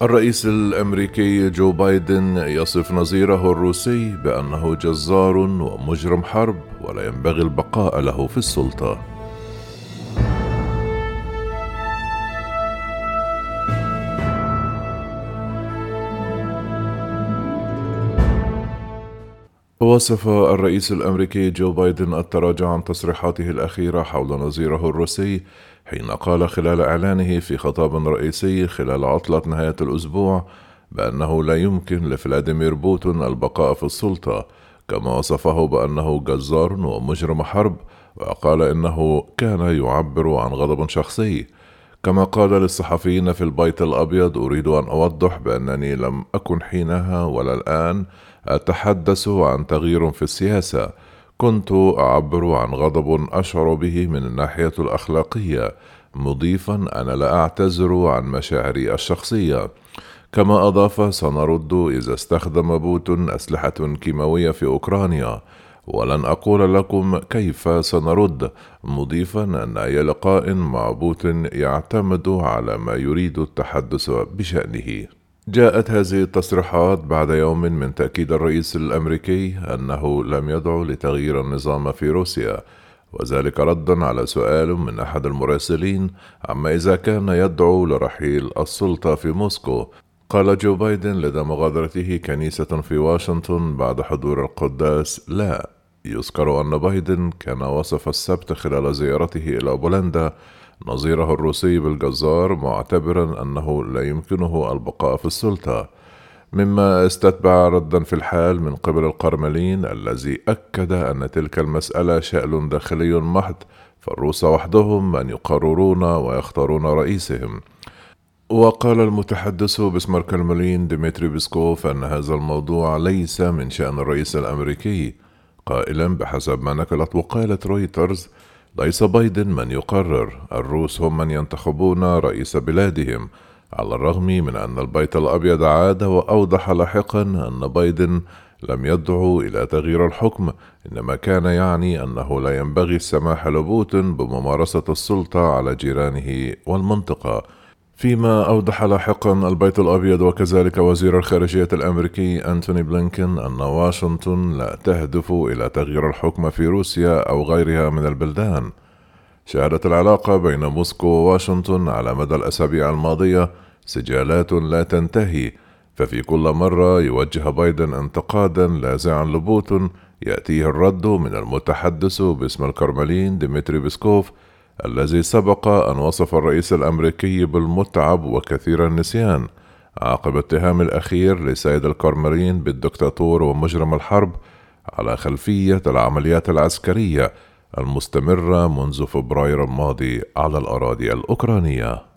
الرئيس الأمريكي جو بايدن يصف نظيره الروسي بأنه جزار ومجرم حرب ولا ينبغي البقاء له في السلطة. وصف الرئيس الأمريكي جو بايدن التراجع عن تصريحاته الأخيرة حول نظيره الروسي، حين قال خلال إعلانه في خطاب رئيسي خلال عطلة نهاية الأسبوع بأنه لا يمكن لفلاديمير بوتين البقاء في السلطة، كما وصفه بأنه جزار ومجرم حرب، وقال إنه كان يعبر عن غضب شخصي. كما قال للصحفيين في البيت الأبيض: أريد أن أوضح بأنني لم أكن حينها ولا الآن أتحدث عن تغيير في السياسة، كنت أعبر عن غضب أشعر به من الناحية الأخلاقية، مضيفا: أنا لا أعتذر عن مشاعري الشخصية. كما أضاف: سنرد إذا استخدم بوتين أسلحة كيماوية في أوكرانيا، ولن أقول لكم كيف سنرد، مضيفا أن أي لقاء مع بوتين يعتمد على ما يريد التحدث بشأنه. جاءت هذه التصريحات بعد يوم من تأكيد الرئيس الأمريكي أنه لم يدعو لتغيير النظام في روسيا، وذلك ردا على سؤال من أحد المراسلين عما إذا كان يدعو لرحيل السلطة في موسكو. قال جو بايدن لدى مغادرته كنيسة في واشنطن بعد حضور القداس: لا. يذكر أن بايدن كان وصف السبت خلال زيارته إلى بولندا نظيره الروسي بالجزار، معتبرا أنه لا يمكنه البقاء في السلطة، مما استتبع ردا في الحال من قبل القرملين الذي أكد أن تلك المسألة شأن داخلي محض، فالروس وحدهم من يقررون ويختارون رئيسهم. وقال المتحدث باسم الكرملين ديمتري بيسكوف أن هذا الموضوع ليس من شأن الرئيس الأمريكي، قائلا بحسب ما نقلت وكالة رويترز: ليس بايدن من يقرر، الروس هم من ينتخبون رئيس بلادهم، على الرغم من أن البيت الأبيض عاد وأوضح لاحقا أن بايدن لم يدعو إلى تغيير الحكم، إنما كان يعني أنه لا ينبغي السماح لبوتين بممارسة السلطة على جيرانه والمنطقة. فيما أوضح لاحقا البيت الأبيض وكذلك وزير الخارجية الأمريكي أنتوني بلينكين أن واشنطن لا تهدف إلى تغيير الحكم في روسيا أو غيرها من البلدان. شهدت العلاقة بين موسكو وواشنطن على مدى الأسابيع الماضية سجالات لا تنتهي، ففي كل مرة يوجه بايدن انتقادا لاذعا لبوتين يأتيه الرد من المتحدث باسم الكرملين ديمتري بيسكوف، الذي سبق أن وصف الرئيس الأمريكي بالمتعب وكثير النسيان عقب اتهام الأخير لسيد الكرملين بالدكتاتور ومجرم الحرب على خلفية العمليات العسكرية المستمرة منذ فبراير الماضي على الأراضي الأوكرانية.